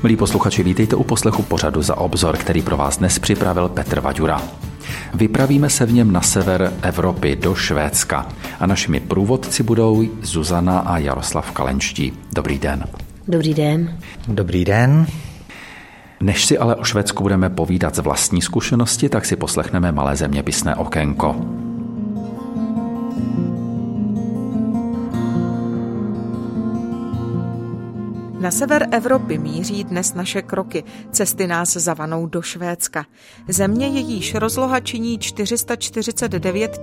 Milí posluchači, vítejte u poslechu pořadu Za obzor, který pro vás dnes připravil Petr Vaďura. Vypravíme se v něm na sever Evropy do Švédska a našimi průvodci budou Zuzana a Jaroslav Kalenští. Dobrý den. Dobrý den. Dobrý den. Než si ale o Švédsku budeme povídat z vlastní zkušenosti, tak si poslechneme malé zeměpisné okénko. Na sever Evropy míří dnes naše kroky. Cesty nás zavanou do Švédska. Země, jejíž rozloha činí 449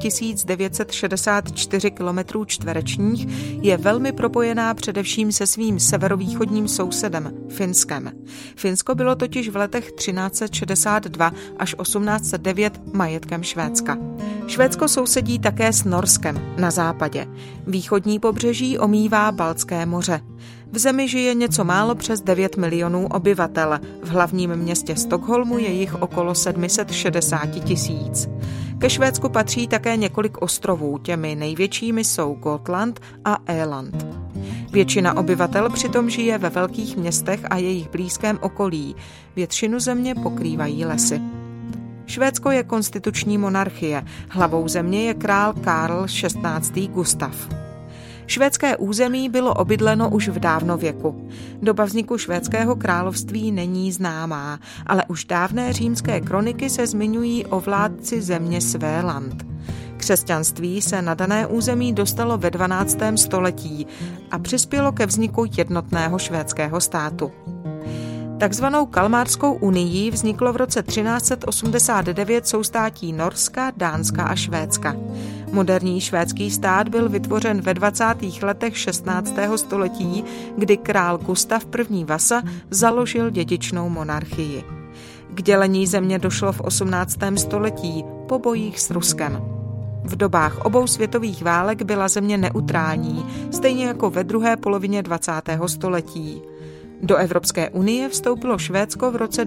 964 km čtverečních, je velmi propojená především se svým severovýchodním sousedem, Finskem. Finsko bylo totiž v letech 1362 až 1809 majetkem Švédska. Švédsko sousedí také s Norskem na západě. Východní pobřeží omývá Baltské moře. V zemi žije něco málo přes 9 milionů obyvatel. V hlavním městě Stockholmu je jich okolo 760 000. Ke Švédsku patří také několik ostrovů, těmi největšími jsou Gotland a Öland. Většina obyvatel přitom žije ve velkých městech a jejich blízkém okolí. Většinu země pokrývají lesy. Švédsko je konstituční monarchie. Hlavou země je král Karl XVI. Gustav. Švédské území bylo obydleno už v dávnověku. Doba vzniku švédského království není známá, ale už dávné římské kroniky se zmiňují o vládci země Svéland. Křesťanství se na dané území dostalo ve 12. století a přispělo ke vzniku jednotného švédského státu. Takzvanou Kalmárskou unii vzniklo v roce 1389 soustátí Norska, Dánska a Švédska. Moderní švédský stát byl vytvořen ve 20. letech 16. století, kdy král Gustav I. Vasa založil dědičnou monarchii. K dělení země došlo v 18. století po bojích s Ruskem. V dobách obou světových válek byla země neutrální, stejně jako ve druhé polovině 20. století. Do Evropské unie vstoupilo Švédsko v roce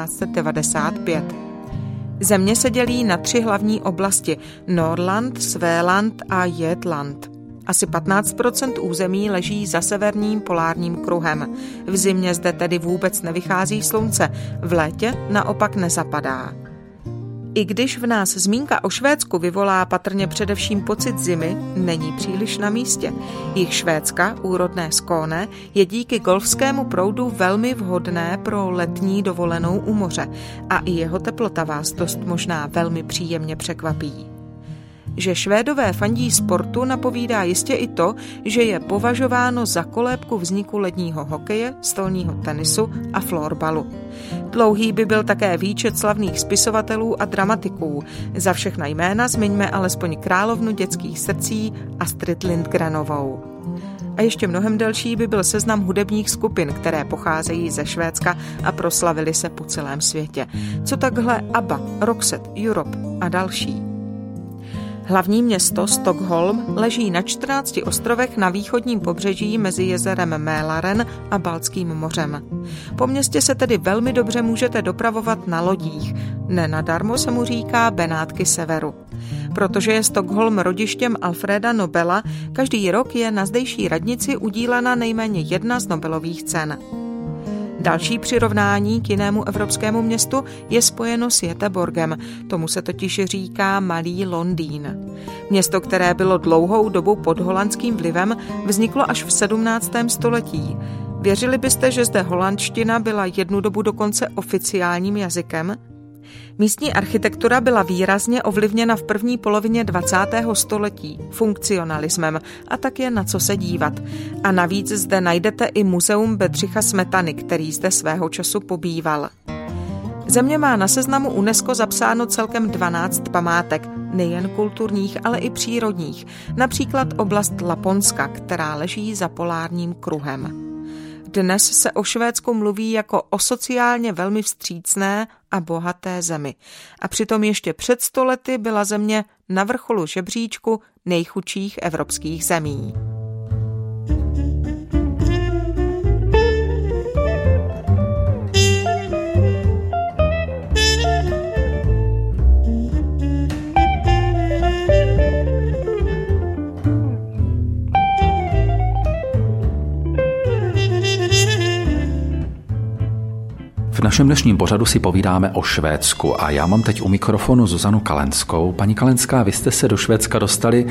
1995. Země se dělí na 3 hlavní oblasti – Norrland, Svealand a Götaland. Asi 15% území leží za severním polárním kruhem. V zimě zde tedy vůbec nevychází slunce, v létě naopak nezapadá. I když v nás zmínka o Švédsku vyvolá patrně především pocit zimy, není příliš na místě. Jih Švédska, úrodné Skåne, je díky golfskému proudu velmi vhodné pro letní dovolenou u moře a i jeho teplota vás dost možná velmi příjemně překvapí. Že Švédové fandí sportu, napovídá jistě i to, že je považováno za kolébku vzniku ledního hokeje, stolního tenisu a florbalu. Dlouhý by byl také výčet slavných spisovatelů a dramatiků. Za všechna jména zmiňme alespoň královnu dětských srdcí Astrid Lindgrenovou. A ještě mnohem delší by byl seznam hudebních skupin, které pocházejí ze Švédska a proslavily se po celém světě. Co takhle ABBA, Roxette, Europe a další. Hlavní město Stockholm leží na 14 ostrovech na východním pobřeží mezi jezerem Mälaren a Baltským mořem. Po městě se tedy velmi dobře můžete dopravovat na lodích. Nenadarmo se mu říká Benátky severu. Protože je Stockholm rodištěm Alfreda Nobela, každý rok je na zdejší radnici udílena nejméně jedna z Nobelových cen. Další přirovnání k jinému evropskému městu je spojeno s Göteborgem, tomu se totiž říká Malý Londýn. Město, které bylo dlouhou dobu pod holandským vlivem, vzniklo až v 17. století. Věřili byste, že zde holandština byla jednu dobu dokonce oficiálním jazykem? Místní architektura byla výrazně ovlivněna v první polovině 20. století funkcionalismem a tak je na co se dívat. A navíc zde najdete i muzeum Bedřicha Smetany, který zde svého času pobýval. Země má na seznamu UNESCO zapsáno celkem 12 památek, nejen kulturních, ale i přírodních, například oblast Laponska, která leží za polárním kruhem. Dnes se o Švédsku mluví jako o sociálně velmi vstřícné a bohaté zemi. A přitom ještě před 100 lety byla země na vrcholu žebříčku nejchudších evropských zemí. našem dnešním pořadu si povídáme o Švédsku a já mám teď u mikrofonu Zuzanu Kalenskou. Paní Kalenská, vy jste se do Švédska dostali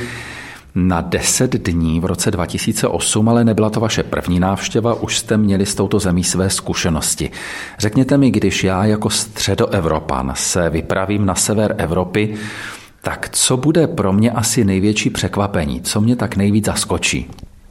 na 10 dní v roce 2008, ale nebyla to vaše první návštěva, už jste měli s touto zemí své zkušenosti. Řekněte mi, když já jako středoevropan se vypravím na sever Evropy, tak co bude pro mě asi největší překvapení? Co mě tak nejvíc zaskočí?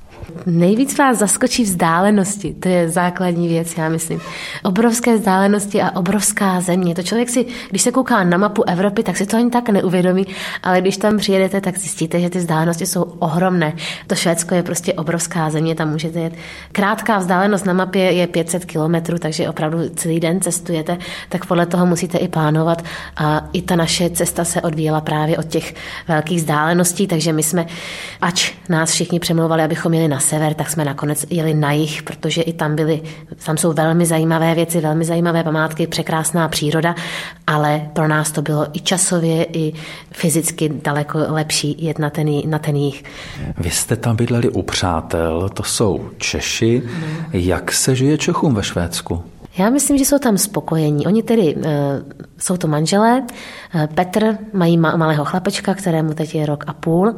Nejvíc vás zaskočí vzdálenosti, to je základní věc, já myslím. Obrovské vzdálenosti a obrovská země. To člověk si, když se kouká na mapu Evropy, tak si to ani tak neuvědomí, ale když tam přijedete, tak zjistíte, že ty vzdálenosti jsou ohromné. To Švédsko je prostě obrovská země, tam můžete jet. Krátká vzdálenost na mapě je 500 kilometrů, takže opravdu celý den cestujete, tak podle toho musíte i plánovat a i ta naše cesta se odvíjela právě od těch velkých vzdáleností, takže my jsme, ač nás všichni přemlouvali, abychom jeli na sever, tak jsme nakonec jeli na jih, protože i tam jsou velmi zajímavé věci, velmi zajímavé památky, překrásná příroda, ale pro nás to bylo i časově, i fyzicky daleko lepší jet na ten jih. Vy jste tam bydleli u přátel, to jsou Češi. Jak se žije Čechům ve Švédsku? Já myslím, že jsou tam spokojení. Oni tedy jsou to manželé. Petr mají malého chlapečka, kterému teď je 1,5 roku.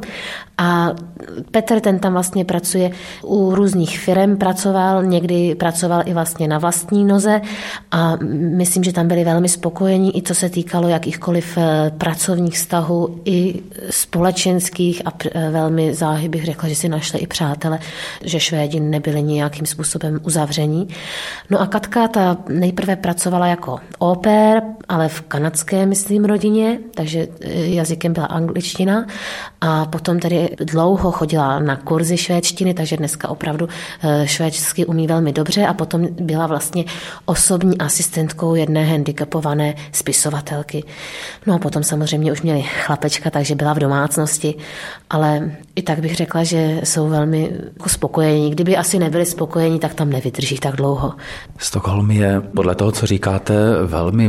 A Petr, ten tam vlastně pracuje u různých firem, někdy pracoval i vlastně na vlastní noze a myslím, že tam byli velmi spokojení, i co se týkalo jakýchkoliv pracovních vztahů, i společenských a velmi záhy bych řekla, že si našli i přátele, že Švédi nebyli nějakým způsobem uzavření. No a Katka, ta nejprve pracovala jako au pair, ale v kanadské, myslím, rodině, takže jazykem byla angličtina a potom tedy dlouho chodila na kurzy švédštiny, takže dneska opravdu švédsky umí velmi dobře a potom byla vlastně osobní asistentkou jedné handicapované spisovatelky. No a potom samozřejmě už měli chlapečka, takže byla v domácnosti, ale i tak bych řekla, že jsou velmi spokojení. Kdyby asi nebyli spokojení, tak tam nevydrží tak dlouho. Stockholm je podle toho, co říkáte, velmi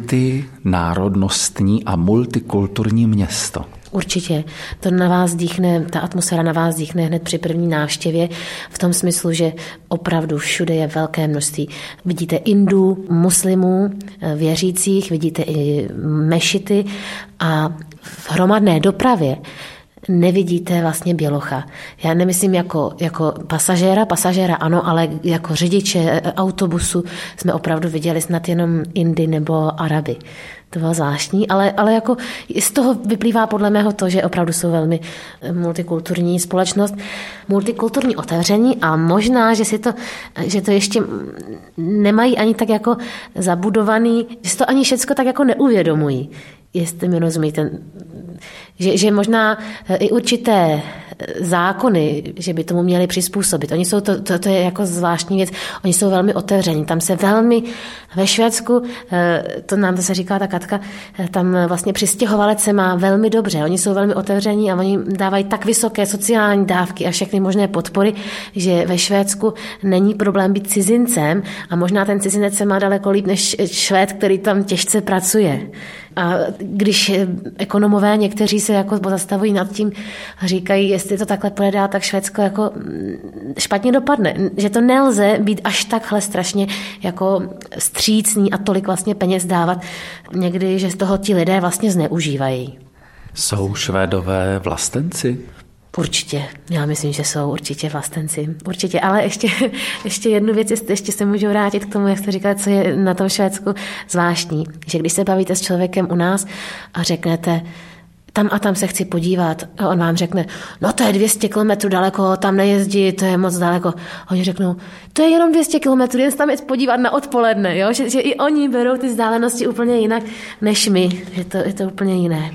multinárodnostní a multikulturní město. Určitě. To na vás dýchne, ta atmosféra na vás dýchne hned při první návštěvě v tom smyslu, že opravdu všude je velké množství. Vidíte Indů, muslimů, věřících, vidíte i mešity a v hromadné dopravě nevidíte vlastně bělocha. Já nemyslím jako pasažéra ano, ale jako řidiče autobusu jsme opravdu viděli snad jenom Indy nebo Araby. To bylo zvláštní, ale jako z toho vyplývá podle mého to, že opravdu jsou velmi multikulturní společnost, multikulturní otevření a možná, že to ještě nemají ani tak jako zabudovaný, že to ani všecko tak jako neuvědomují. Jestli mi rozumíte, že možná i určité zákony, že by tomu měli přizpůsobit. Oni jsou to je jako zvláštní věc, oni jsou velmi otevření. Tam se velmi ve Švédsku, to nám to se říká ta Katka, tam vlastně přistěhovalec se má velmi dobře. Oni jsou velmi otevření a oni dávají tak vysoké sociální dávky a všechny možné podpory, že ve Švédsku není problém být cizincem a možná ten cizinec se má daleko líp než Švéd, který tam těžce pracuje. A když ekonomové někteří se jako pozastavují nad tím a říkají, jestli to takhle půjde dál, tak Švédsko jako špatně dopadne. Že to nelze být až takhle strašně jako střícný a tolik vlastně peněz dávat někdy, že z toho ti lidé vlastně zneužívají. Jsou Švédové vlastenci? Určitě. Já myslím, že jsou určitě vlastenci. Určitě. Ale ještě jednu věc, ještě se můžu vrátit k tomu, jak jste říkala, co je na tom Švédsku zvláštní. Že když se bavíte s člověkem u nás a řeknete, tam a tam se chci podívat a on vám řekne, no to je 200 kilometrů daleko, tam nejezdí, to je moc daleko. Oni řeknou, to je jenom 200 kilometrů, jen se tam jít podívat na odpoledne. Jo? Že i oni berou ty vzdálenosti úplně jinak než my. Je to úplně jiné.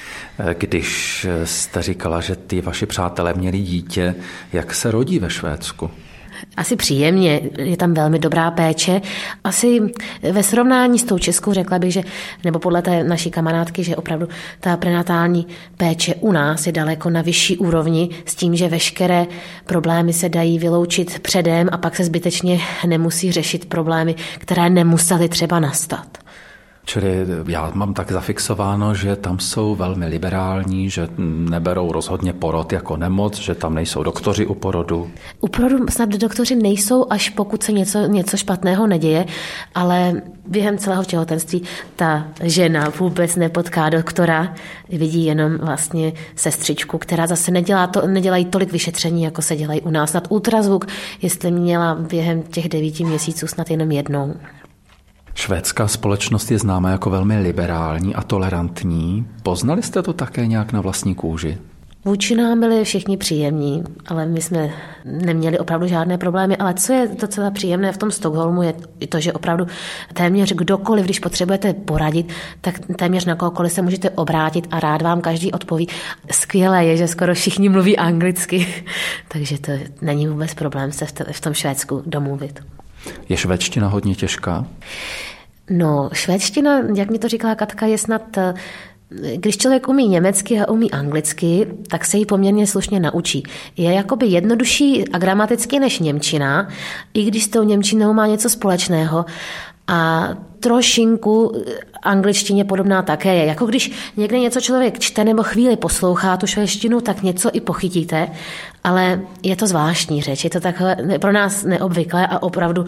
Když jste říkala, že ty vaši přátelé měli dítě, jak se rodí ve Švédsku? Asi příjemně, je tam velmi dobrá péče. Asi ve srovnání s tou českou řekla bych, že, nebo podle té naší kamarádky, že opravdu ta prenatální péče u nás je daleko na vyšší úrovni s tím, že veškeré problémy se dají vyloučit předem a pak se zbytečně nemusí řešit problémy, které nemusely třeba nastat. Čili já mám tak zafixováno, že tam jsou velmi liberální, že neberou rozhodně porod jako nemoc, že tam nejsou doktoři u porodu. U porodu snad doktoři nejsou, až pokud se něco špatného neděje, ale během celého těhotenství ta žena vůbec nepotká doktora, vidí jenom vlastně sestřičku, která zase nedělají tolik vyšetření, jako se dělají u nás. Snad ultrazvuk, jestli měla během těch 9 měsíců snad jenom jednou. Švédská společnost je známá jako velmi liberální a tolerantní. Poznali jste to také nějak na vlastní kůži? Vůči nám byli všichni příjemní, ale my jsme neměli opravdu žádné problémy. Ale co je docela příjemné v tom Stockholmu, je to, že opravdu téměř kdokoliv, když potřebujete poradit, tak téměř na kohokoliv se můžete obrátit a rád vám každý odpoví. Skvělé je, že skoro všichni mluví anglicky, takže to není vůbec problém se v tom Švédsku domluvit. Je švédština hodně těžká? No, švédština, jak mi to říkala Katka, je snad... Když člověk umí německy a umí anglicky, tak se ji poměrně slušně naučí. Je jakoby jednodušší a gramaticky než němčina, i když s tou němčinou má něco společného. A trošinku angličtině podobná také je. Jako když někde něco člověk čte nebo chvíli poslouchá tu švédštinu, tak něco i pochytíte, ale je to zvláštní řeč. Je to takhle pro nás neobvyklé a opravdu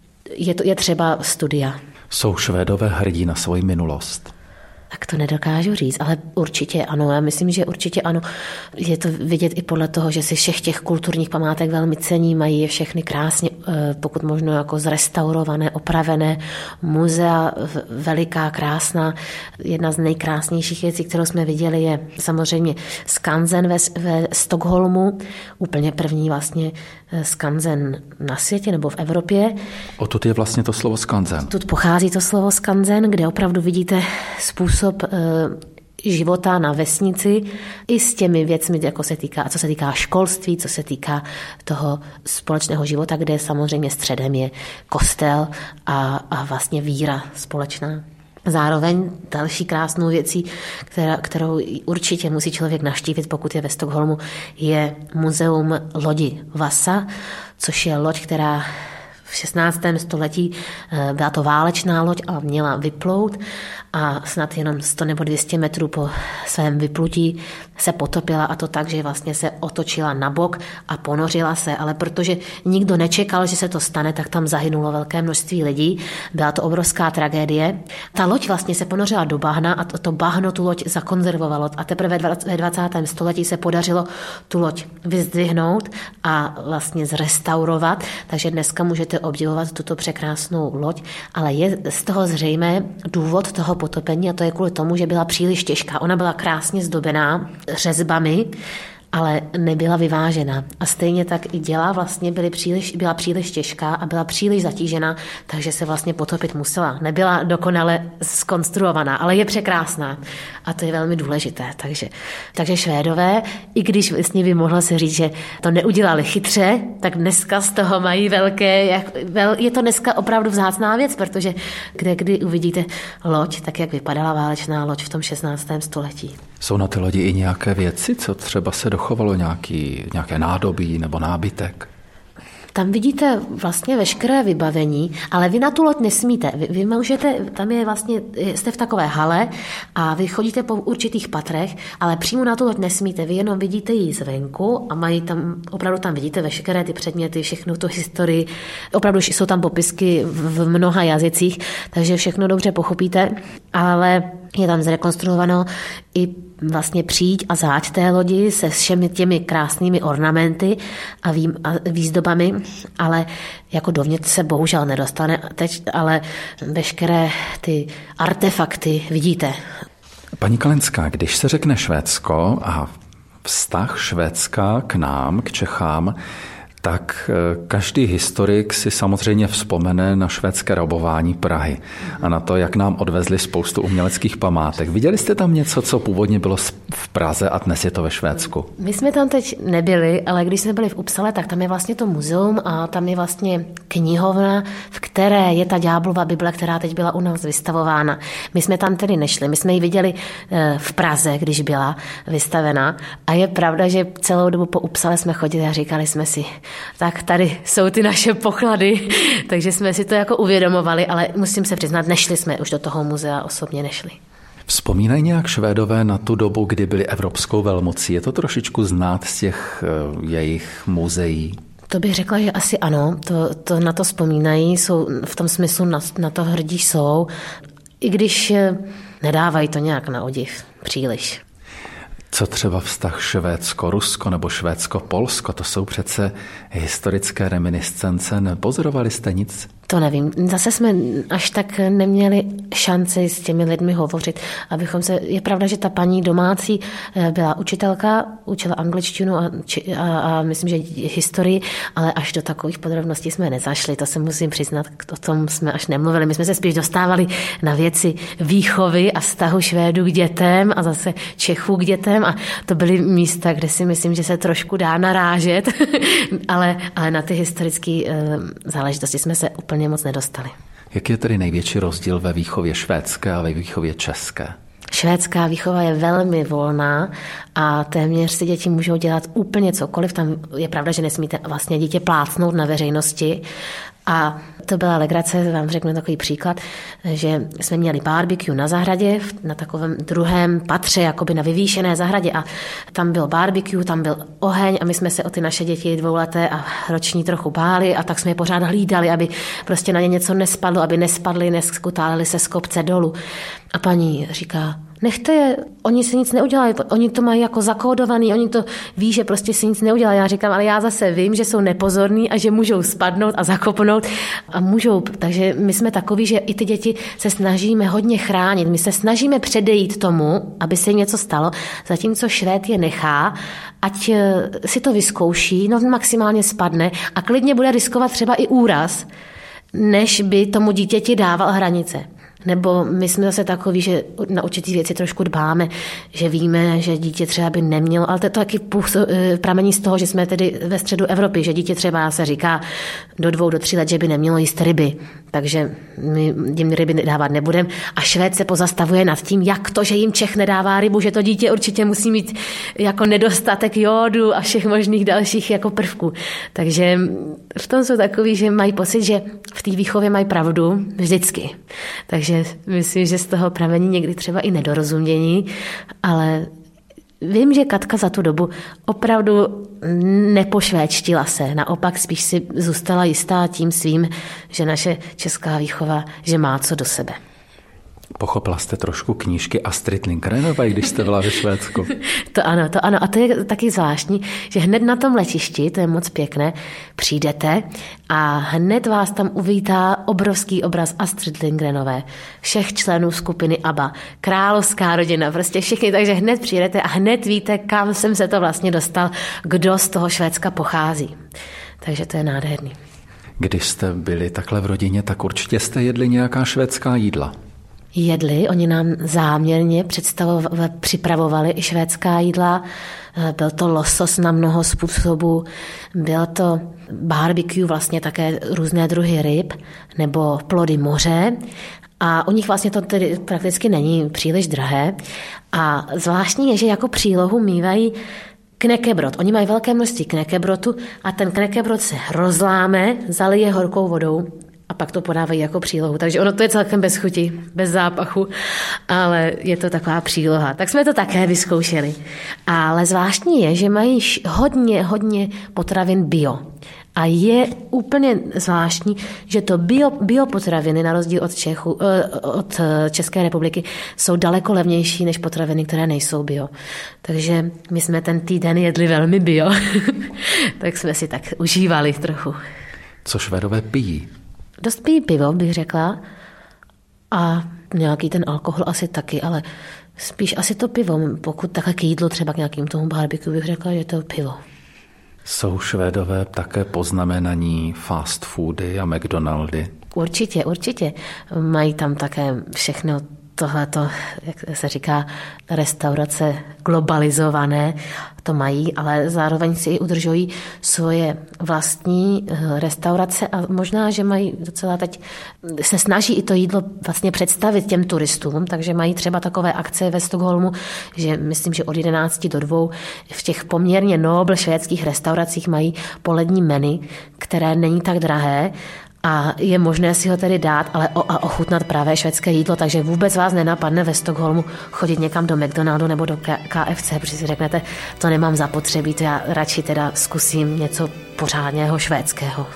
je třeba studia. Jsou Švédové hrdí na svoji minulost? Tak to nedokážu říct, ale určitě ano. Já myslím, že určitě ano. Je to vidět i podle toho, že si všech těch kulturních památek velmi cení, mají je všechny krásně, pokud možno jako zrestaurované, opravené. Muzea veliká, krásná. Jedna z nejkrásnějších věcí, kterou jsme viděli, je samozřejmě skanzen ve Stockholmu. Úplně první vlastně skanzen na světě nebo v Evropě. Odtud je vlastně to slovo skanzen. Odtud pochází to slovo skanzen, kde opravdu vidíte způsob života na vesnici i s těmi věcmi, jako co se týká školství, co se týká toho společného života, kde samozřejmě středem je kostel a vlastně víra společná. Zároveň další krásnou věcí, kterou určitě musí člověk navštívit, pokud je ve Stockholmu, je muzeum lodi Vasa, což je loď, která v 16. století byla to válečná loď a měla vyplout a snad jenom 100 nebo 200 metrů po svém vyplutí se potopila, a to tak, že vlastně se otočila na bok a ponořila se, ale protože nikdo nečekal, že se to stane, tak tam zahynulo velké množství lidí. Byla to obrovská tragédie. Ta loď vlastně se ponořila do bahna a to bahno tu loď zakonzervovalo a teprve ve 20. století se podařilo tu loď vyzdvihnout a vlastně zrestaurovat, takže dneska můžete obdivovat tuto překrásnou loď, ale je z toho zřejmé důvod toho potopení, a to je kvůli tomu, že byla příliš těžká. Ona byla krásně zdobená řezbami, ale nebyla vyvážená. A stejně tak i děla vlastně byla příliš těžká a byla příliš zatížená, takže se vlastně potopit musela. Nebyla dokonale zkonstruovaná, ale je překrásná. A to je velmi důležité. Takže Švédové, i když vlastně by mohlo se říct, že to neudělali chytře, tak dneska z toho mají je to dneska opravdu vzácná věc, protože kdy uvidíte loď, tak jak vypadala válečná loď v tom 16. století. Jsou na té lodi i nějaké věci, co třeba se dochovalo, nějaké nádobí nebo nábytek? Tam vidíte vlastně veškeré vybavení, ale vy na tu loď nesmíte. Vy můžete, tam je vlastně, jste v takové hale a vy chodíte po určitých patrech, ale přímo na tu loď nesmíte. Vy jenom vidíte ji zvenku a opravdu tam vidíte veškeré ty předměty, všechnu tu historii. Opravdu jsou tam popisky v mnoha jazycích, takže všechno dobře pochopíte, ale je tam zrekonstruováno i vlastně příď a záď té lodi se všemi těmi krásnými ornamenty a výzdobami, ale jako dovnitř se bohužel nedostane teď, ale veškeré ty artefakty vidíte. Paní Kalenská, když se řekne Švédsko a vztah Švédska k nám, k Čechám, tak každý historik si samozřejmě vzpomene na švédské rabování Prahy a na to, jak nám odvezli spoustu uměleckých památek. Viděli jste tam něco, co původně bylo v Praze a dnes je to ve Švédsku? My jsme tam teď nebyli, ale když jsme byli v Uppsale, tak tam je vlastně to muzeum a tam je vlastně knihovna, v které je ta Ďáblova Bible, která teď byla u nás vystavována. My jsme tam tedy nešli, my jsme ji viděli v Praze, když byla vystavena, a je pravda, že celou dobu po Uppsale jsme chodili a říkali jsme si, tak tady jsou ty naše poklady, takže jsme si to jako uvědomovali, ale musím se přiznat, nešli jsme už do toho muzea, osobně nešli. Vzpomínají nějak Švédové na tu dobu, kdy byli evropskou velmocí? Je to trošičku znát z těch jejich muzeí? To bych řekla, že asi ano, to na to vzpomínají, jsou v tom smyslu na to hrdí jsou, i když nedávají to nějak na odiv příliš. Co třeba vztah Švédsko-Rusko nebo Švédsko-Polsko? To jsou přece historické reminiscence. Nepozorovali jste nic? To nevím. Zase jsme až tak neměli šanci s těmi lidmi hovořit, abychom se... Je pravda, že ta paní domácí byla učitelka, učila angličtinu a myslím, že historii, ale až do takových podrobností jsme nezašli. To se musím přiznat, o tom jsme až nemluvili. My jsme se spíš dostávali na věci výchovy a vztahu Švédů k dětem a zase Čechů k dětem a to byly místa, kde si myslím, že se trošku dá narážet, ale na ty historické záležitosti jsme se úplně moc nedostali. Jaký je tedy největší rozdíl ve výchově švédské a ve výchově české? Švédská výchova je velmi volná a téměř si děti můžou dělat úplně cokoliv. Tam je pravda, že nesmíte vlastně dítě plácnout na veřejnosti. A to byla legrace, vám řeknu takový příklad, že jsme měli barbecue na zahradě, na takovém druhém patře, jakoby na vyvýšené zahradě a tam byl barbecue, tam byl oheň a my jsme se o ty naše děti dvouleté a roční trochu báli a tak jsme je pořád hlídali, aby prostě na ně něco nespadlo, aby nespadli, neskutálili se z kopce dolů. A paní říká, nechte je, oni si nic neudělají, oni to mají jako zakódovaný, oni to ví, že prostě si nic neudělají. Já říkám, ale já zase vím, že jsou nepozorní a že můžou spadnout a zakopnout a můžou. Takže my jsme takoví, že i ty děti se snažíme hodně chránit. My se snažíme předejít tomu, aby se jim něco stalo, zatímco Švéd je nechá, ať si to vyzkouší, no maximálně spadne a klidně bude riskovat třeba i úraz, než by tomu dítěti dával hranice. Nebo my jsme zase takový, že na určitý věci trošku dbáme, že víme, že dítě třeba by nemělo, ale to taky pramení z toho, že jsme tedy ve středu Evropy, že dítě třeba se říká do 2 do 3 let, že by nemělo jíst ryby. Takže my jim ryby dávat nebudeme. A Švéd se pozastavuje nad tím, jak to, že jim Čech nedává rybu, že to dítě určitě musí mít jako nedostatek jódu a všech možných dalších jako prvků. Takže v tom jsou takový, že mají pocit, že v té výchově mají pravdu vždycky. Takže myslím, že z toho pramení někdy třeba i nedorozumění, ale vím, že Katka za tu dobu opravdu nepošvédštila se. Naopak spíš si zůstala jistá tím svým, že naše česká výchova, že má co do sebe. Pochopila jste trošku knížky Astrid Lindgrenové, když jste byla ve Švédsku? To ano. A to je taky zvláštní, že hned na tom letišti, to je moc pěkné, přijdete a hned vás tam uvítá obrovský obraz Astrid Lindgrenové, všech členů skupiny ABBA, královská rodina, prostě všichni, takže hned přijdete a hned víte, kam jsem se to vlastně dostal, kdo z toho Švédska pochází. Takže to je nádherný. Když jste byli takhle v rodině, tak určitě jste jedli nějaká švédská jídla. Jedli, oni nám záměrně připravovali i švédská jídla. Byl to losos na mnoho způsobů, byl to barbecue, vlastně také různé druhy ryb nebo plody moře. A u nich vlastně to tedy prakticky není příliš drahé. A zvláštní je, že jako přílohu mívají knekebrod. Oni mají velké množství knekebrotu a ten knekebrod se rozláme, zalije horkou vodou a pak to podávají jako přílohu. Takže ono to je celkem bez chuti, bez zápachu, ale je to taková příloha. Tak jsme to také vyzkoušeli. Ale zvláštní je, že mají hodně potravin bio. A je úplně zvláštní, že to biopotraviny, na rozdíl od České republiky, jsou daleko levnější než potraviny, které nejsou bio. Takže my jsme ten týden jedli velmi bio, tak jsme si tak užívali trochu. Co Švédové pijí? Dost pijí pivo, bych řekla. A nějaký ten alkohol asi taky, ale spíš asi to pivo. Pokud takhle k jídlu, třeba k nějakým tomu barbecue, bych řekla, že to je pivo. Jsou Švédové také poznamenaní fast foody a McDonaldy? Určitě. Mají tam také všechno tohleto, jak se říká, restaurace globalizované, to mají, ale zároveň si i udržují svoje vlastní restaurace a možná, že mají docela teď, se snaží i to jídlo vlastně představit těm turistům, takže mají třeba takové akce ve Stockholmu, že myslím, že od 11 do 2 v těch poměrně nobl švédských restauracích mají polední menu, které není tak drahé, a je možné si ho tedy dát, ale a ochutnat právě švédské jídlo, takže vůbec vás nenapadne ve Stockholmu chodit někam do McDonaldu nebo do KFC, protože si řeknete, to nemám zapotřebí, to já radši teda zkusím něco pořádného švédského.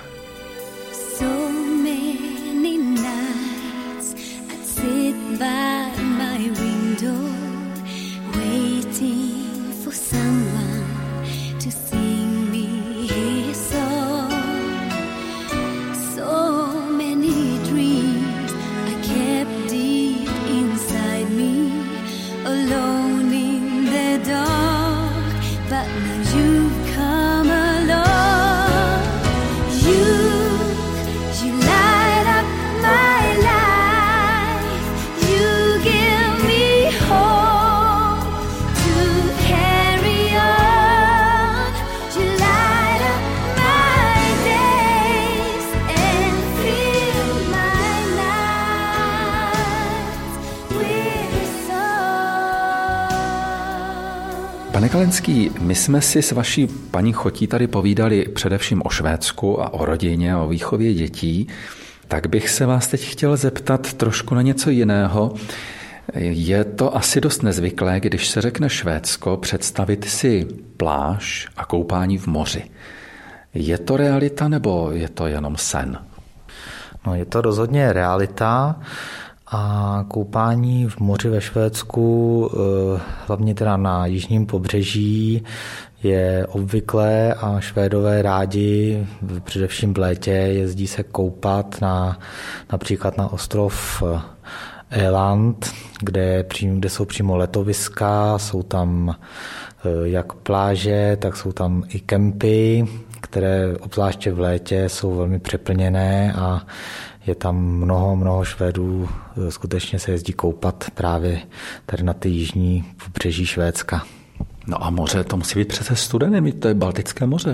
Pane Kalenský, my jsme si s vaší paní Chotí tady povídali především o Švédsku a o rodině, o výchově dětí, tak bych se vás teď chtěl zeptat trošku na něco jiného. Je to asi dost nezvyklé, když se řekne Švédsko, představit si pláž a koupání v moři. Je to realita nebo je to jenom sen? No, je to rozhodně realita. A koupání v moři ve Švédsku, hlavně teda na jižním pobřeží, je obvyklé a Švédové rádi, především v létě, jezdí se koupat například na ostrov Öland, kde jsou přímo letoviska, jsou tam jak pláže, tak jsou tam i kempy, které obzvláště v létě jsou velmi přeplněné a je tam mnoho Švédů, skutečně se jezdí koupat právě tady na ty jižní pobřeží Švédska. No a moře, to musí být přece studené, to je Baltické moře.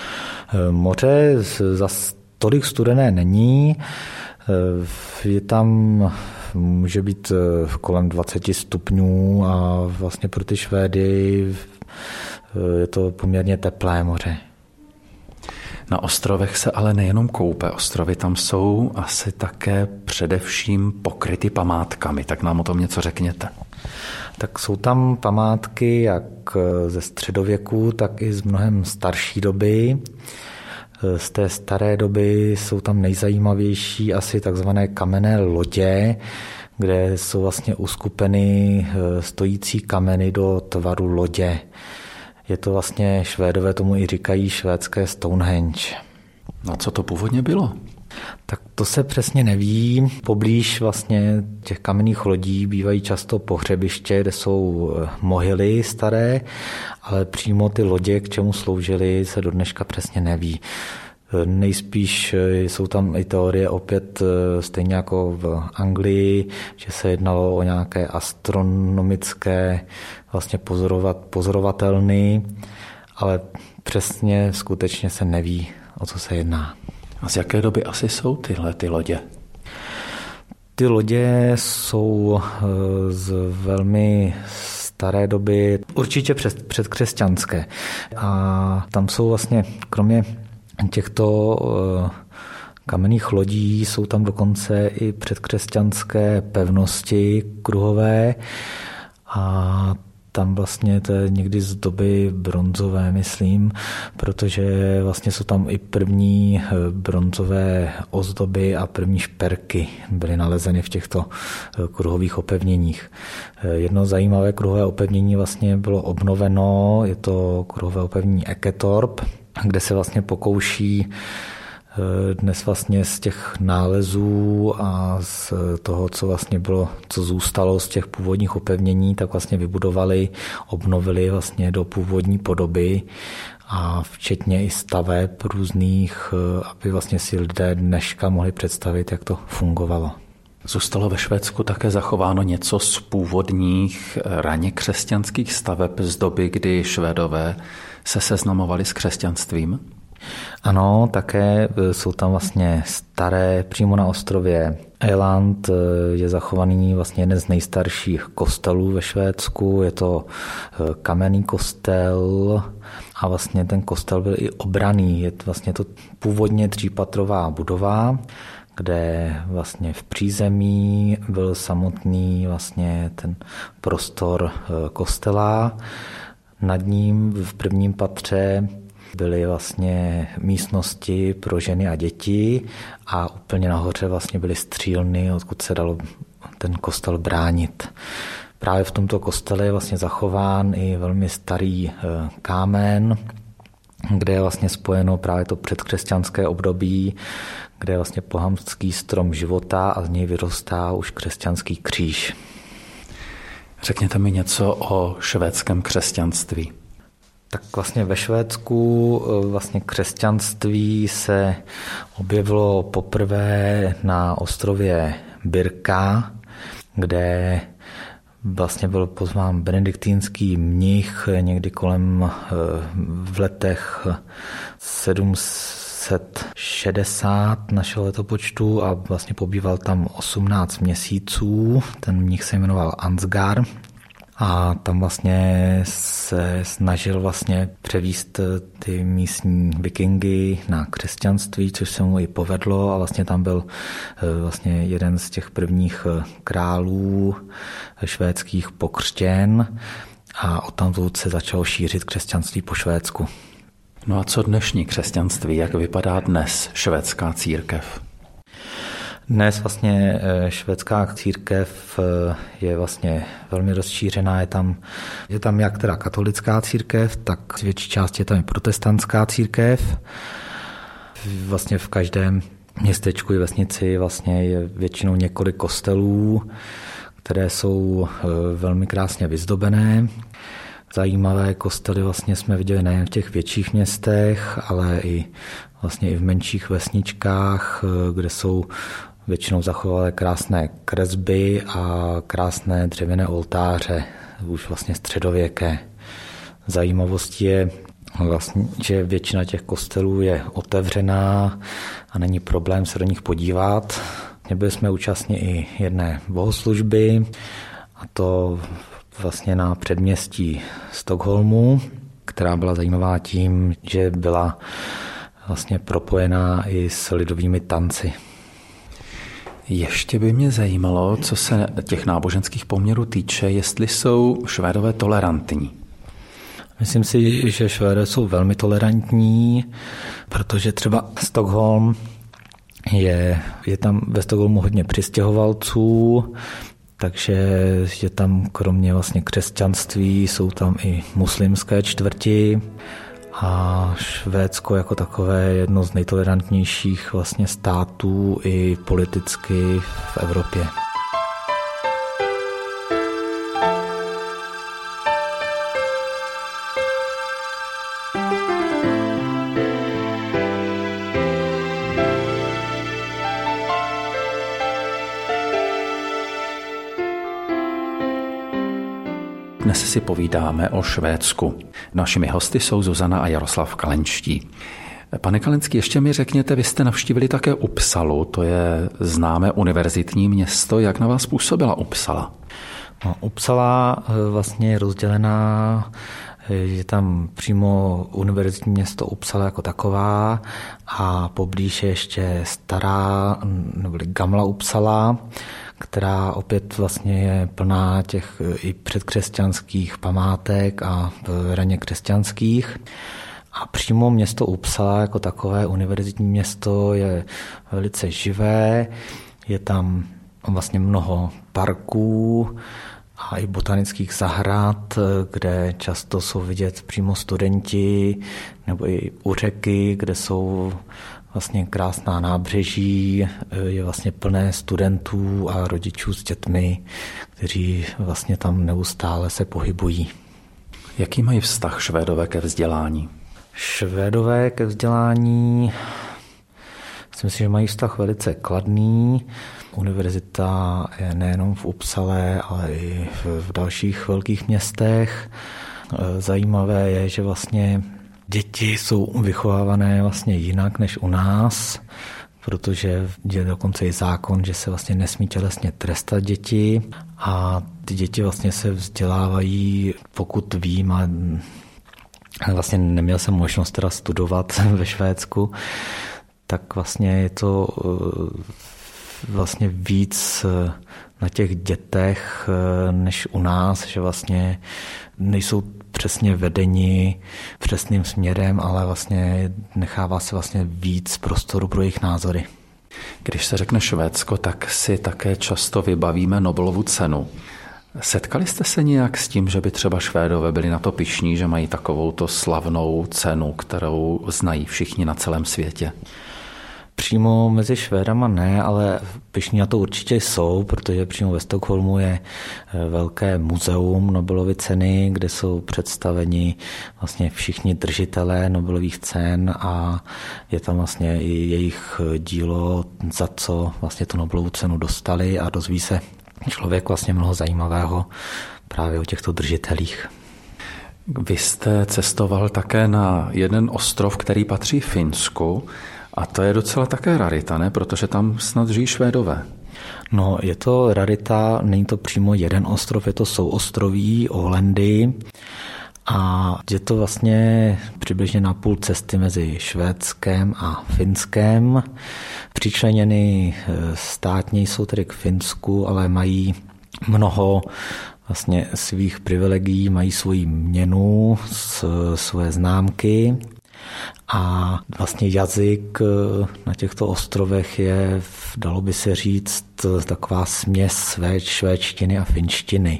Moře zas tolik studené není, je tam, může být kolem 20 stupňů a vlastně pro ty Švédy je to poměrně teplé moře. Na ostrovech se ale nejenom koupe, ostrovy tam jsou asi také především pokryty památkami, tak nám o tom něco řekněte. Tak jsou tam památky jak ze středověku, tak i z mnohem starší doby. Z té staré doby jsou tam nejzajímavější asi takzvané kamenné lodě, kde jsou vlastně uskupeny stojící kameny do tvaru lodě. Je to vlastně, Švédové tomu i říkají švédské Stonehenge. No co to původně bylo? Tak to se přesně neví. Poblíž vlastně těch kamenných lodí bývají často pohřebiště, kde jsou mohyly staré, ale přímo ty lodě, k čemu sloužily, se do dneška přesně neví. Nejspíš jsou tam i teorie opět stejně jako v Anglii, že se jednalo o nějaké astronomické vlastně pozorovatelny, ale přesně skutečně se neví, o co se jedná. A z jaké doby asi jsou tyhle ty lodě? Ty lodě jsou z velmi staré doby, určitě předkřesťanské. A tam jsou vlastně, kromě těchto kamenných lodí, jsou tam dokonce i předkřesťanské pevnosti kruhové a tam vlastně to je někdy z doby bronzové, myslím, protože vlastně jsou tam i první bronzové ozdoby a první šperky byly nalezeny v těchto kruhových opevněních. Jedno zajímavé kruhové opevnění vlastně bylo obnoveno, je to kruhové opevnění Eketorp, kde se vlastně pokouší dnes vlastně z těch nálezů a z toho, co vlastně bylo, co zůstalo z těch původních opevnění, tak vlastně vybudovali, obnovili vlastně do původní podoby a včetně i staveb různých, aby vlastně si lidé dneška mohli představit, jak to fungovalo. Zůstalo ve Švédsku také zachováno něco z původních raně křesťanských staveb z doby, kdy Švédové se seznamovali s křesťanstvím? Ano, také jsou tam vlastně staré, přímo na ostrově Öland je zachovaný vlastně jeden z nejstarších kostelů ve Švédsku. Je to kamenný kostel a vlastně ten kostel byl i obranný. Je vlastně to původně 3patrová budova, kde vlastně v přízemí byl samotný vlastně ten prostor kostela. Nad ním v prvním patře byly vlastně místnosti pro ženy a děti a úplně nahoře vlastně byly střílny, odkud se dalo ten kostel bránit. Právě v tomto kostele je vlastně zachován i velmi starý kámen, kde je vlastně spojeno právě to předkřesťanské období, kde je vlastně pohanský strom života a z něj vyrostá už křesťanský kříž. Řekněte mi něco o švédském křesťanství. Tak vlastně ve Švédsku vlastně křesťanství se objevilo poprvé na ostrově Birka, kde vlastně byl pozván benediktínský mnich někdy kolem v letech 760 našeho letopočtu a vlastně pobýval tam 18 měsíců. Ten mnich se jmenoval Ansgar. A tam vlastně se snažil vlastně převést ty místní vikingy na křesťanství, což se mu i povedlo a vlastně tam byl vlastně jeden z těch prvních králů švédských pokřtěn a odtamtud se začalo šířit křesťanství po Švédsku. No a co dnešní křesťanství? Jak vypadá dnes švédská církev? Dnes vlastně švédská církev je vlastně velmi rozšířená. Je tam jak teda katolická církev, tak z větší části je tam i protestantská církev. Vlastně v každém městečku i vesnici vlastně je většinou několik kostelů, které jsou velmi krásně vyzdobené. Zajímavé kostely vlastně jsme viděli nejen v těch větších městech, ale i vlastně i v menších vesničkách, kde jsou většinou zachovalé krásné kresby a krásné dřevěné oltáře, už vlastně středověké. Zajímavostí je vlastně, že většina těch kostelů je otevřená a není problém se do nich podívat. Byli jsme účastní i jedné bohoslužby, a to vlastně na předměstí Stockholmu, která byla zajímavá tím, že byla vlastně propojená i s lidovými tanci. Ještě by mě zajímalo, co se těch náboženských poměrů týče, jestli jsou Švédové tolerantní. Myslím si, že Švédové jsou velmi tolerantní, protože třeba Stockholm je tam ve Stockholmu hodně přistěhovalců, takže je tam kromě vlastně křesťanství, jsou tam i muslimské čtvrti a Švédsko jako takové je jedno z nejtolerantnějších vlastně států i politicky v Evropě. Dnes si povídáme o Švédsku. Našimi hosty jsou Zuzana a Jaroslav Kalenčtí. Pane Kalenský, ještě mi řekněte, vy jste navštívili také Uppsalu, to je známé univerzitní město. Jak na vás působila Uppsala? No, Uppsala vlastně je rozdělená, je tam přímo univerzitní město Uppsala jako taková a poblíž je ještě stará, nebo Gamla Uppsala, která opět vlastně je plná těch i předkřesťanských památek a raně křesťanských. A přímo město Uppsala jako takové univerzitní město je velice živé, je tam vlastně mnoho parků a i botanických zahrad, kde často jsou vidět přímo studenti, nebo i u řeky, kde jsou vlastně krásná nábřeží, je vlastně plné studentů a rodičů s dětmi, kteří vlastně tam neustále se pohybují. Jaký mají vztah Švédové ke vzdělání? Švédové ke vzdělání Myslím si, že mají vztah velice kladný. Univerzita je nejenom v Uppsale, ale i v dalších velkých městech. Zajímavé je, že vlastně děti jsou vychovávané vlastně jinak než u nás, protože je dokonce i zákon, že se vlastně nesmí tělesně trestat děti a ty děti vlastně se vzdělávají, pokud vím, a vlastně neměl jsem možnost teda studovat ve Švédsku, tak vlastně je to vlastně víc na těch dětech než u nás, že vlastně nejsou přesně vedeni přesným směrem, ale vlastně nechává se vlastně víc prostoru pro jejich názory. Když se řekne Švédsko, tak si také často vybavíme Nobelovu cenu. Setkali jste se nějak s tím, že by třeba Švédové byli na to pyšní, že mají takovouto slavnou cenu, kterou znají všichni na celém světě? Přímo mezi Švédama ne, ale pyšní na to určitě jsou, protože přímo ve Stockholmu je velké muzeum Nobelovy ceny, kde jsou představeni vlastně všichni držitelé Nobelových cen a je tam vlastně i jejich dílo, za co vlastně tu Nobelovu cenu dostali a dozví se člověk vlastně mnoho zajímavého právě o těchto držitelích. Vy jste cestoval také na jeden ostrov, který patří Finsku, a to je docela také rarita, ne? Protože tam snad žijí Švédové. No, je to rarita, není to přímo jeden ostrov, je to souostroví Ålandy a je to vlastně přibližně na půl cesty mezi Švédskem a Finskem. Přičleněny státně jsou tedy k Finsku, ale mají mnoho vlastně svých privilegií, mají svoji měnu, svoje známky. A vlastně jazyk na těchto ostrovech je, dalo by se říct, taková směs švédštiny a finštiny.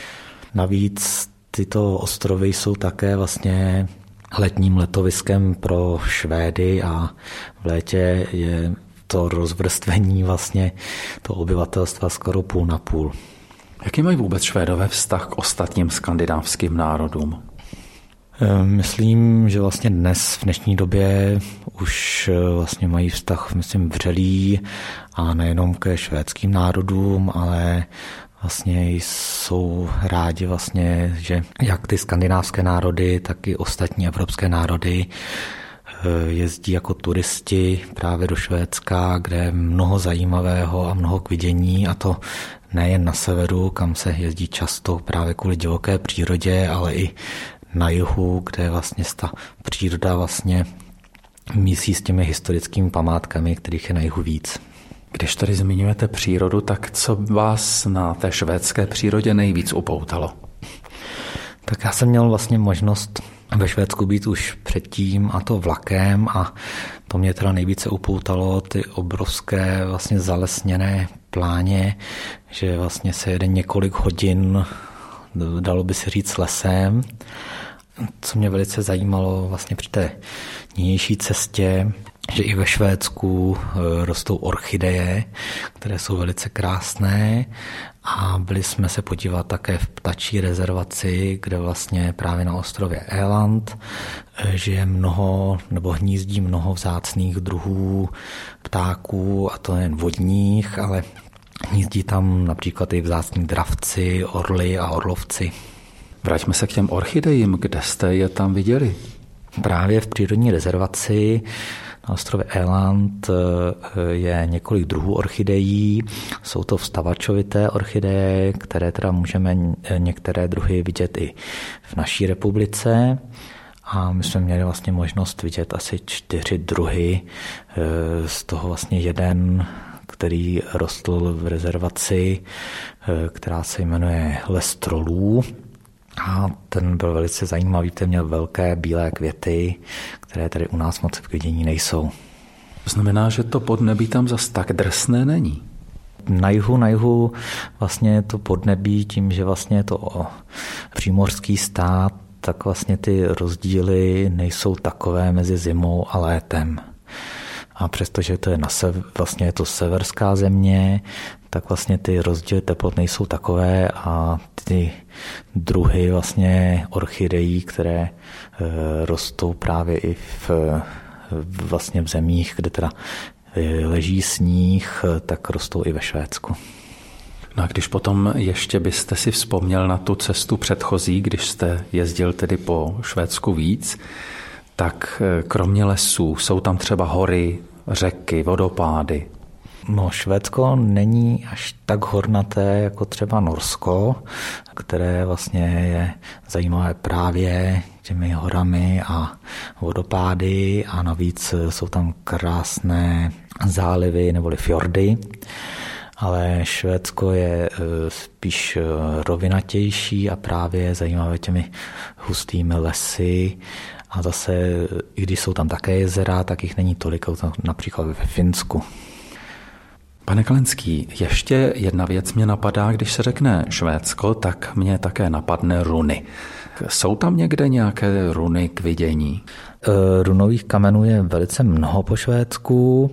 Navíc tyto ostrovy jsou také vlastně letním letoviskem pro Švédy a v létě je to rozvrstvení vlastně toho obyvatelstva skoro půl na půl. Jaký mají vůbec Švédové vztah k ostatním skandinávským národům? Myslím, že vlastně dnes, v dnešní době už vlastně mají vztah, myslím, vřelý a nejenom ke švédským národům, ale vlastně jsou rádi vlastně, že jak ty skandinávské národy, tak i ostatní evropské národy jezdí jako turisti právě do Švédska, kde je mnoho zajímavého a mnoho k vidění, a to nejen na severu, kam se jezdí často právě kvůli divoké přírodě, ale i na jihu, kde vlastně ta příroda vlastně mísí s těmi historickými památkami, kterých je na jihu víc. Když tady zmiňujete přírodu, tak co vás na té švédské přírodě nejvíc upoutalo? Tak já jsem měl vlastně možnost ve Švédsku být už předtím, a to vlakem, a to mě teda nejvíce upoutalo, ty obrovské vlastně zalesněné pláně, že vlastně se jede několik hodin, dalo by se říct, lesem. Co mě velice zajímalo vlastně při té nynější cestě, že i ve Švédsku rostou orchideje, které jsou velice krásné, a byli jsme se podívat také v ptačí rezervaci, kde vlastně právě na ostrově Éland žije mnoho nebo hnízdí mnoho vzácných druhů ptáků, a to nejen vodních, ale hnízdí tam například i vzácní dravci, orly a orlovci. Vraťme se k těm orchidejím, kde jste je tam viděli? Právě v přírodní rezervaci na ostrově Éland je několik druhů orchidejí. Jsou to vstavačovité orchideje, které teda můžeme některé druhy vidět i v naší republice. A my jsme měli vlastně možnost vidět asi 4 druhy, z toho vlastně jeden, který rostl v rezervaci, která se jmenuje Les trolů. A ten byl velice zajímavý, ten měl velké bílé květy, které tady u nás moc v vidění nejsou. To znamená, že to podnebí tam zas tak drsné není? Na jihu vlastně to podnebí, tím, že vlastně je to přímořský stát, tak vlastně ty rozdíly nejsou takové mezi zimou a létem. A přestože to je vlastně je to severská země, tak vlastně ty rozdíly teplot nejsou takové a ty druhy vlastně orchidejí, které rostou právě i vlastně v zemích, kde teda leží sníh, tak rostou i ve Švédsku. No a když potom ještě byste si vzpomněl na tu cestu předchozí, když jste jezdil tedy po Švédsku víc, tak kromě lesů jsou tam třeba hory, řeky, vodopády. No, Švédsko není až tak hornaté jako třeba Norsko, které vlastně je zajímavé právě těmi horami a vodopády a navíc jsou tam krásné zálivy neboli fjordy. Ale Švédsko je spíš rovinatější a právě zajímavé těmi hustými lesy. A zase, i když jsou tam také jezera, tak jich není tolik, například ve Finsku. Pane Kalenský, ještě jedna věc mě napadá, když se řekne Švédsko, tak mě také napadne runy. Jsou tam někde nějaké runy k vidění? Runových kamenů je velice mnoho po Švédsku.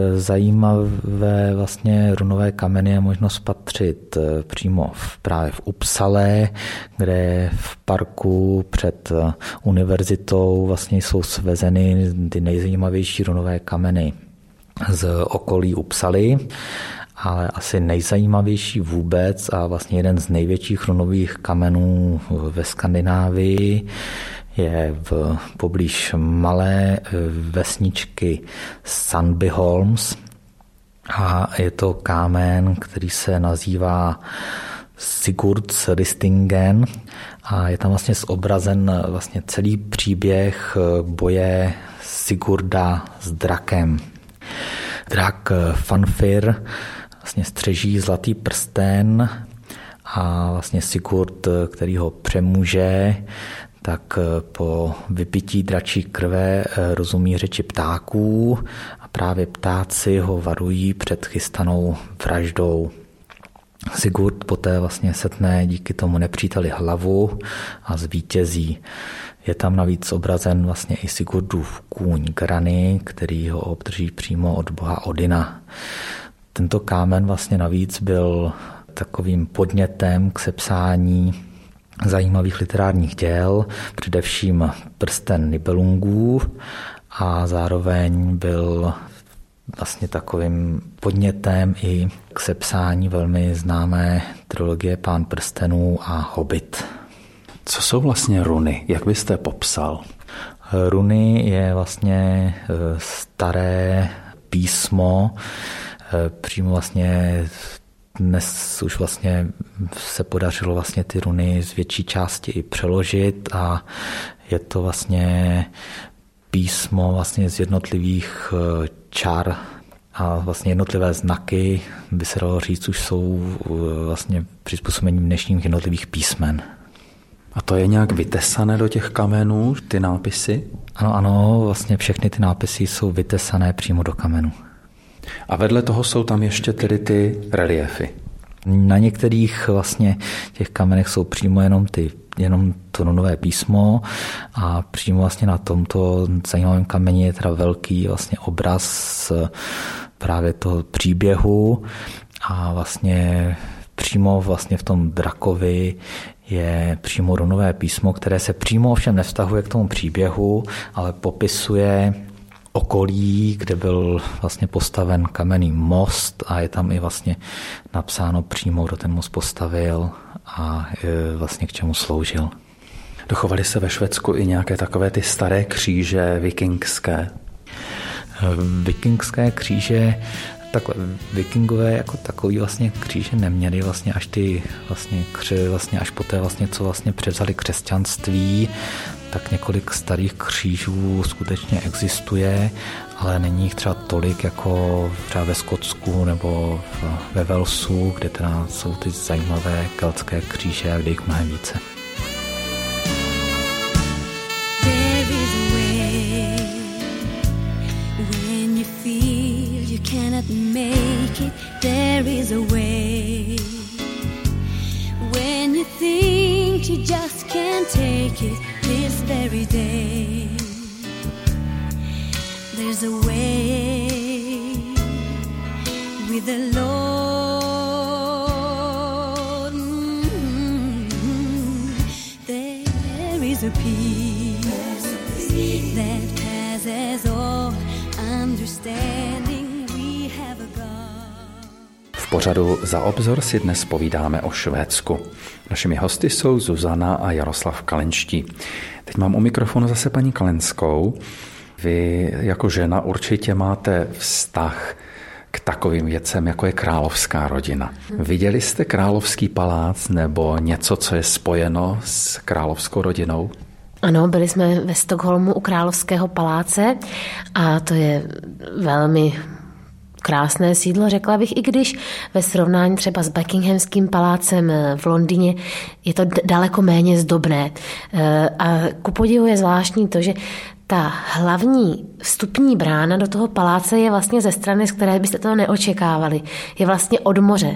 Zajímavé vlastně runové kameny je možno spatřit přímo právě v Uppsale, kde v parku před univerzitou vlastně jsou svezeny ty nejzajímavější runové kameny z okolí Uppsaly, ale asi nejzajímavější vůbec a vlastně jeden z největších runových kamenů ve Skandinávii je poblíž malé vesničky Sandbyholms a je to kámen, který se nazývá Sigurdsristingen a je tam vlastně zobrazen vlastně celý příběh boje Sigurda s drakem. Drak Fanfir vlastně střeží zlatý prsten a vlastně Sigurd, který ho přemůže, tak po vypití dračí krve rozumí řeči ptáků a právě ptáci ho varují před chystanou vraždou. Sigurd poté vlastně setne díky tomu nepříteli hlavu a zvítězí. Je tam navíc obrazen vlastně i Sigurdův kůň Grany, který ho obdrží přímo od boha Odina. Tento kámen vlastně navíc byl takovým podnětem k sepsání zajímavých literárních děl, především Prsten Nibelungů a zároveň byl vlastně takovým podnětem i k sepsání velmi známé trilogie Pán prstenů a Hobbit. Co jsou vlastně runy? Jak byste popsal? Runy je vlastně staré písmo, přímo vlastně dnes už vlastně se podařilo vlastně ty runy z větší části i přeložit a je to vlastně písmo vlastně z jednotlivých čar a vlastně jednotlivé znaky, by se dalo říct, už jsou vlastně přizpůsobením dnešních jednotlivých písmen. A to je nějak vytesané do těch kamenů, ty nápisy? Ano, vlastně všechny ty nápisy jsou vytesané přímo do kamenu. A vedle toho jsou tam ještě tedy ty reliefy. Na některých vlastně těch kamenech jsou přímo jenom to runové písmo a přímo vlastně na tomto zajímavém kameni je teda velký vlastně obraz právě toho příběhu a vlastně přímo vlastně v tom drakovi je přímo runové písmo, které se přímo ovšem nevztahuje k tomu příběhu, ale popisuje okolí, kde byl vlastně postaven kamenný most a je tam i vlastně napsáno přímo, kdo ten most postavil a vlastně k čemu sloužil. Dochovaly se ve Švédsku i nějaké takové ty staré kříže vikingské? Vikingské kříže, takhle vikingové jako takový vlastně kříže neměli vlastně až ty vlastně až poté vlastně, co vlastně převzali křesťanství, tak několik starých křížů skutečně existuje, ale není jich třeba tolik jako třeba ve Skotsku nebo ve Walesu, kde teda jsou ty zajímavé keltské kříže a kde jich mnohem více. Cannot make it, there is a way. When you think you just can't take it this very day, there's a way with the Lord. There is a peace that passes all understanding. pořadu Za obzor si dnes povídáme o Švédsku. Našimi hosty jsou Zuzana a Jaroslav Kalenští. Teď mám u mikrofonu zase paní Kalenskou. Vy jako žena určitě máte vztah k takovým věcem, jako je královská rodina. Viděli jste královský palác nebo něco, co je spojeno s královskou rodinou? Ano, byli jsme ve Stockholmu u královského paláce a to je velmi krásné sídlo, řekla bych, i když ve srovnání třeba s Buckinghamským palácem v Londýně je to daleko méně zdobné. A ku podivu je zvláštní to, že ta hlavní vstupní brána do toho paláce je vlastně ze strany, z které byste toho neočekávali. Je vlastně od moře,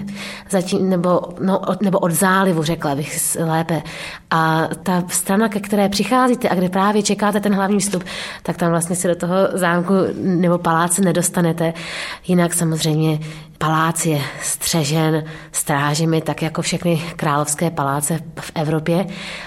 nebo od zálivu, řekla bych lépe. A ta strana, ke které přicházíte a kde právě čekáte ten hlavní vstup, tak tam vlastně se do toho zámku nebo paláce nedostanete. Jinak samozřejmě palác je střežen strážemi, tak jako všechny královské paláce v Evropě.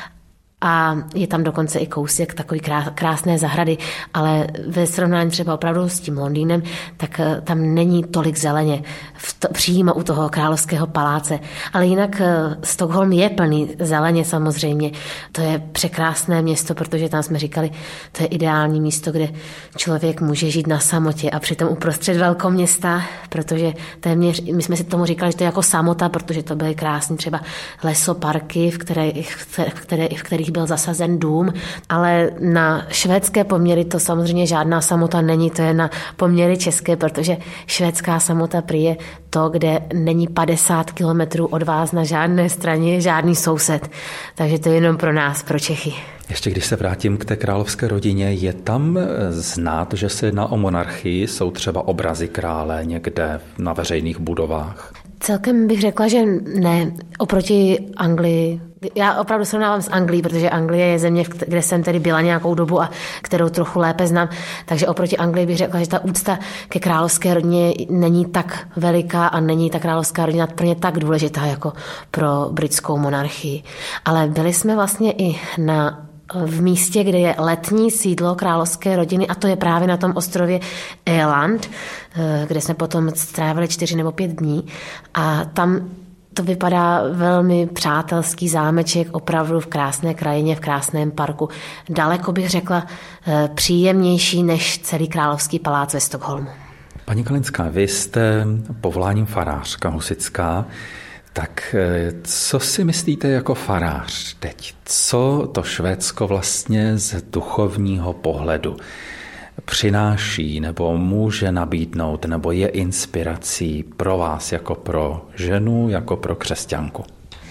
A je tam dokonce i kousek takový krásné zahrady, ale ve srovnání třeba opravdu s tím Londýnem, tak tam není tolik zeleně přímo u toho královského paláce. Ale jinak Stockholm je plný zeleně samozřejmě. To je překrásné město, protože tam jsme říkali, to je ideální místo, kde člověk může žít na samotě a přitom uprostřed velkoměsta, protože téměř, my jsme si tomu říkali, že to je jako samota, protože to byly krásné třeba lesoparky, v kterých byl zasazen dům, ale na švédské poměry to samozřejmě žádná samota není, to je na poměry české, protože švédská samota prý je to, kde není 50 kilometrů od vás na žádné straně žádný soused. Takže to je jenom pro nás, pro Čechy. Ještě když se vrátím k té královské rodině, je tam znát, že se jedná o monarchii, jsou třeba obrazy krále někde na veřejných budovách? Celkem bych řekla, že ne, oproti Anglii. Já opravdu srovnávám s Anglií, protože Anglie je země, kde jsem tedy byla nějakou dobu a kterou trochu lépe znám. Takže oproti Anglii bych řekla, že ta úcta ke královské rodině není tak veliká a není ta královská rodina plně tak důležitá jako pro britskou monarchii. Ale byli jsme vlastně i v místě, kde je letní sídlo královské rodiny a to je právě na tom ostrově Öland, kde jsme potom strávili 4 nebo 5 dní a tam to vypadá velmi přátelský zámeček, opravdu v krásné krajině, v krásném parku. Daleko bych řekla příjemnější než celý královský palác ve Stockholmu. Paní Kalenská, vy jste povoláním farářka husitská. Tak co si myslíte jako farář teď? Co to Švédsko vlastně z duchovního pohledu přináší nebo může nabídnout nebo je inspirací pro vás jako pro ženu, jako pro křesťanku?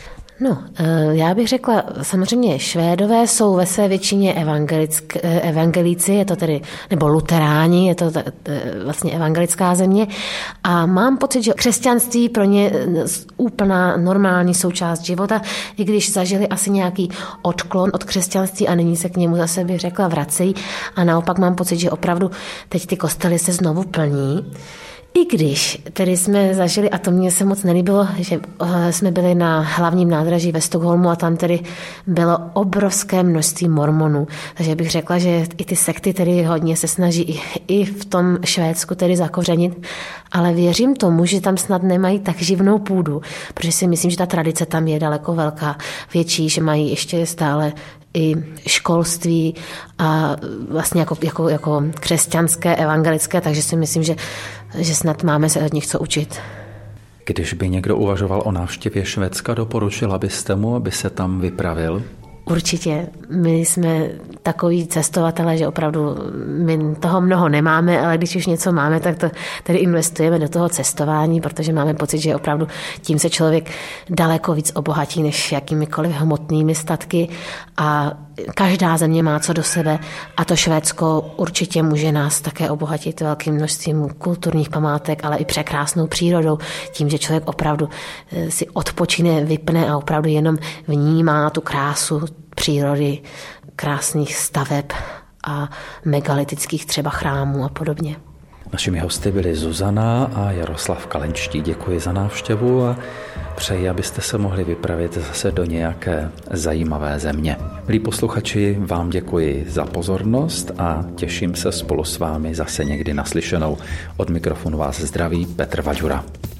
No, já bych řekla, samozřejmě Švédové jsou ve své většině evangelíci, je to tedy, nebo luteráni, je to vlastně evangelická země a mám pocit, že křesťanství pro ně úplná normální součást života, i když zažili asi nějaký odklon od křesťanství a nyní se k němu zase bych řekla vracejí a naopak mám pocit, že opravdu teď ty kostely se znovu plní. I když tedy jsme zažili, a to mně se moc nelíbilo, že jsme byli na hlavním nádraží ve Stockholmu a tam tedy bylo obrovské množství mormonů. Takže bych řekla, že i ty sekty tedy hodně se snaží i v tom Švédsku tedy zakořenit, ale věřím tomu, že tam snad nemají tak živnou půdu, protože si myslím, že ta tradice tam je daleko větší, že mají ještě stále i školství a vlastně jako křesťanské, evangelické, takže si myslím, že snad máme se od nich co učit. Když by někdo uvažoval o návštěvě Švédska, doporučila byste mu, aby se tam vypravil? Určitě. My jsme takový cestovatelé, že opravdu my toho mnoho nemáme, ale když už něco máme, tak to tedy investujeme do toho cestování, protože máme pocit, že opravdu tím se člověk daleko víc obohatí než jakýmikoliv hmotnými statky a každá země má co do sebe a to Švédsko určitě může nás také obohatit velkým množstvím kulturních památek, ale i překrásnou přírodou, tím, že člověk opravdu si odpočine, vypne a opravdu jenom vnímá tu krásu přírody, krásných staveb a megalitických třeba chrámů a podobně. Našimi hosty byli Zuzana a Jaroslav Kalenští. Děkuji za návštěvu a přeji, abyste se mohli vypravit zase do nějaké zajímavé země. Milí posluchači, vám děkuji za pozornost a těším se spolu s vámi zase někdy naslyšenou. Od mikrofonu vás zdraví Petr Vaďura.